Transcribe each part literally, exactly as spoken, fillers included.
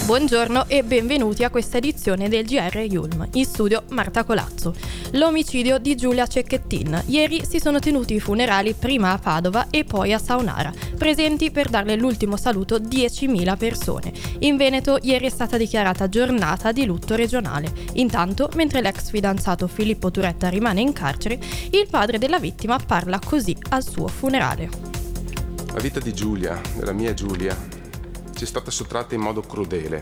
Buongiorno e benvenuti a questa edizione del G R Yulm. In studio Marta Colazzo. L'omicidio di Giulia Cecchettin. Ieri si sono tenuti i funerali prima a Padova e poi a Saonara. Presenti per darle l'ultimo saluto diecimila persone. In Veneto ieri è stata dichiarata giornata di lutto regionale. Intanto, mentre l'ex fidanzato Filippo Turetta rimane in carcere, il padre della vittima parla così al suo funerale. La vita di Giulia, della mia Giulia, ci è stata sottratta in modo crudele,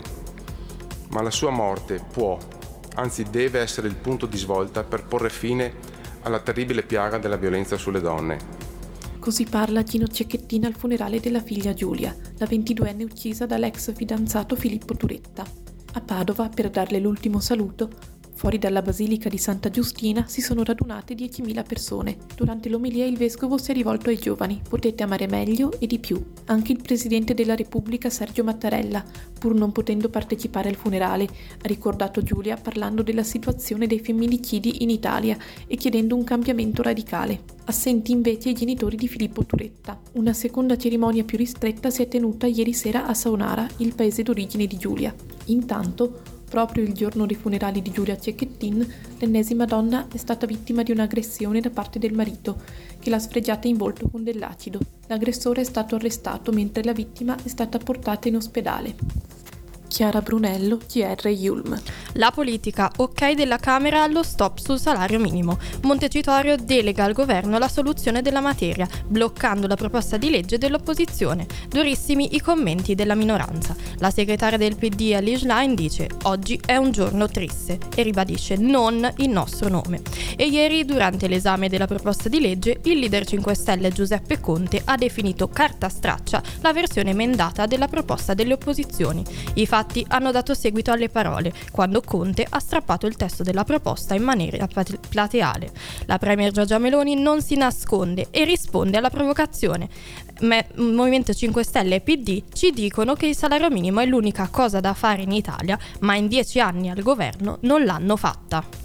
ma la sua morte può, anzi deve essere il punto di svolta per porre fine alla terribile piaga della violenza sulle donne. Così parla Gino Cecchettin al funerale della figlia Giulia, la ventiduenne uccisa dall'ex fidanzato Filippo Turetta. A Padova, per darle l'ultimo saluto, fuori dalla Basilica di Santa Giustina si sono radunate diecimila persone. Durante l'omelia il vescovo si è rivolto ai giovani: potete amare meglio e di più. Anche il presidente della Repubblica Sergio Mattarella, pur non potendo partecipare al funerale, ha ricordato Giulia parlando della situazione dei femminicidi in Italia e chiedendo un cambiamento radicale. Assenti invece i genitori di Filippo Turetta. Una seconda cerimonia più ristretta si è tenuta ieri sera a Saonara, il paese d'origine di Giulia. Intanto, proprio il giorno dei funerali di Giulia Cecchettin, l'ennesima donna è stata vittima di un'aggressione da parte del marito, che l'ha sfregiata in volto con dell'acido. L'aggressore è stato arrestato mentre la vittima è stata portata in ospedale. Chiara Brunello, G R Yulm. La politica, ok della Camera allo stop sul salario minimo. Montecitorio delega al governo la soluzione della materia, bloccando la proposta di legge dell'opposizione. Durissimi i commenti della minoranza. La segretaria del P D Elly Schlein dice: oggi è un giorno triste, e ribadisce non il nostro nome. E ieri, durante l'esame della proposta di legge, il leader cinque Stelle Giuseppe Conte ha definito carta straccia la versione emendata della proposta delle opposizioni. I fatti hanno dato seguito alle parole, quando Conte ha strappato il testo della proposta in maniera plateale. La premier Giorgia Meloni non si nasconde e risponde alla provocazione. Me- Movimento cinque Stelle e P D ci dicono che il salario minimo è l'unica cosa da fare in Italia, ma in dieci anni al governo non l'hanno fatta.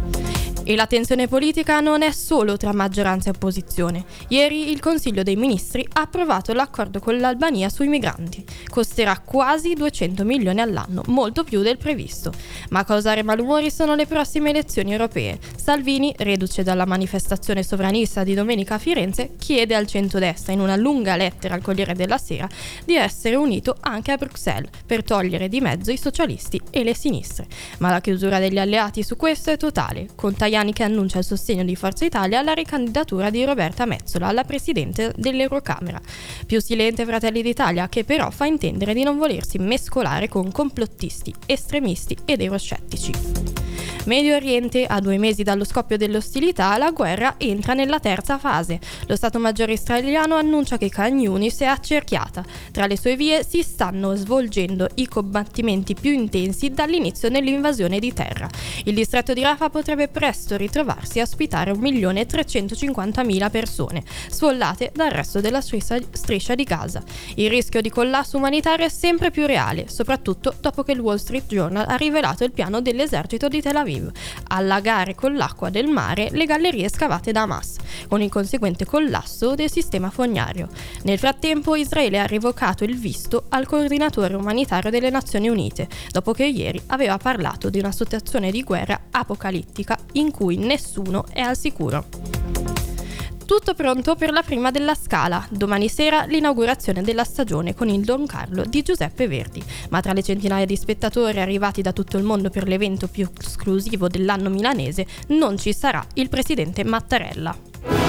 E la tensione politica non è solo tra maggioranza e opposizione. Ieri il Consiglio dei Ministri ha approvato l'accordo con l'Albania sui migranti. Costerà quasi duecento milioni all'anno, molto più del previsto. Ma a causare malumori sono le prossime elezioni europee. Salvini, reduce dalla manifestazione sovranista di domenica a Firenze, chiede al centrodestra in una lunga lettera al Corriere della Sera di essere unito anche a Bruxelles per togliere di mezzo i socialisti e le sinistre. Ma la chiusura degli alleati su questo è totale, con che annuncia il sostegno di Forza Italia alla ricandidatura di Roberta Metsola alla presidente dell'Eurocamera. Più silente Fratelli d'Italia, che però fa intendere di non volersi mescolare con complottisti, estremisti ed euroscettici. Medio Oriente, a due mesi dallo scoppio delle ostilità, la guerra entra nella terza fase. Lo Stato Maggiore israeliano annuncia che Khan Yunis è accerchiata. Tra le sue vie si stanno svolgendo i combattimenti più intensi dall'inizio dell'invasione di terra. Il distretto di Rafah potrebbe presto ritrovarsi a ospitare un milione e trecentocinquantamila persone, sfollate dal resto della striscia, striscia di Gaza. Il rischio di collasso umanitario è sempre più reale, soprattutto dopo che il Wall Street Journal ha rivelato il piano dell'esercito di Tel Aviv: allagare con l'acqua del mare le gallerie scavate da Hamas, con il conseguente collasso del sistema fognario. Nel frattempo Israele ha revocato il visto al coordinatore umanitario delle Nazioni Unite, dopo che ieri aveva parlato di una situazione di guerra apocalittica in cui nessuno è al sicuro. Tutto pronto per la prima della Scala. Domani sera l'inaugurazione della stagione con il Don Carlo di Giuseppe Verdi. Ma tra le centinaia di spettatori arrivati da tutto il mondo per l'evento più esclusivo dell'anno milanese non ci sarà il presidente Mattarella.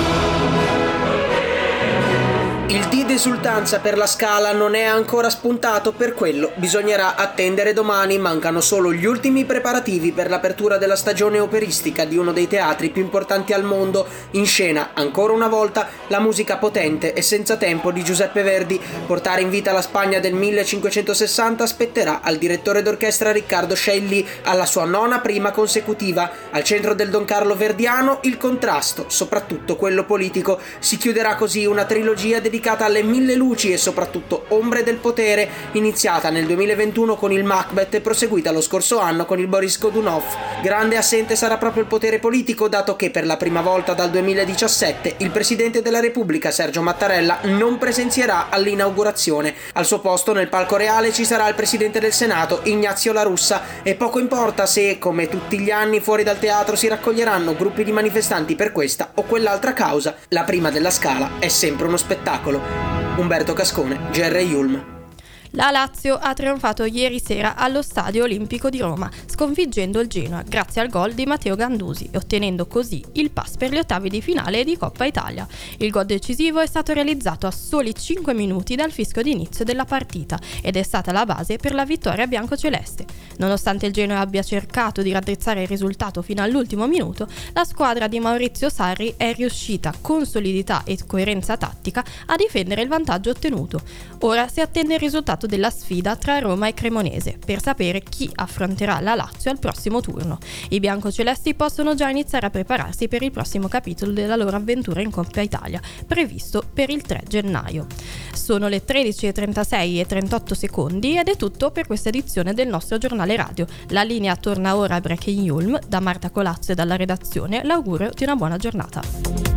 Il D d'esultanza per la Scala non è ancora spuntato, per quello bisognerà attendere domani. Mancano solo gli ultimi preparativi per l'apertura della stagione operistica di uno dei teatri più importanti al mondo. In scena, ancora una volta, la musica potente e senza tempo di Giuseppe Verdi. Portare in vita la Spagna del millecinquecentosessanta spetterà al direttore d'orchestra Riccardo Scelli, alla sua nona prima consecutiva. Al centro del Don Carlo verdiano il contrasto, soprattutto quello politico. Si chiuderà così una trilogia dedicata dedicata alle mille luci e soprattutto ombre del potere, iniziata nel duemilaventuno con il Macbeth e proseguita lo scorso anno con il Boris Godunov. Grande assente sarà proprio il potere politico, dato che per la prima volta dal duemiladiciassette il Presidente della Repubblica Sergio Mattarella non presenzierà all'inaugurazione. Al suo posto nel palco reale ci sarà il Presidente del Senato Ignazio La Russa, e poco importa se, come tutti gli anni, fuori dal teatro si raccoglieranno gruppi di manifestanti per questa o quell'altra causa, la prima della Scala è sempre uno spettacolo. Umberto Cascone, G R Yulm. La Lazio ha trionfato ieri sera allo Stadio Olimpico di Roma, sconfiggendo il Genoa grazie al gol di Matteo Gandusi e ottenendo così il pass per gli ottavi di finale di Coppa Italia. Il gol decisivo è stato realizzato a soli cinque minuti dal fischio d'inizio della partita ed è stata la base per la vittoria biancoceleste. Nonostante il Genoa abbia cercato di raddrizzare il risultato fino all'ultimo minuto, la squadra di Maurizio Sarri è riuscita con solidità e coerenza tattica a difendere il vantaggio ottenuto. Ora si attende il risultato della sfida tra Roma e Cremonese per sapere chi affronterà la Lazio al prossimo turno. I biancocelesti possono già iniziare a prepararsi per il prossimo capitolo della loro avventura in Coppa Italia, previsto per il tre gennaio. Sono le tredici e trentasei e trentotto secondi ed è tutto per questa edizione del nostro giornale radio. La linea torna ora a Breaking Yulm. Da Marta Colazzo e dalla redazione l'augurio di una buona giornata.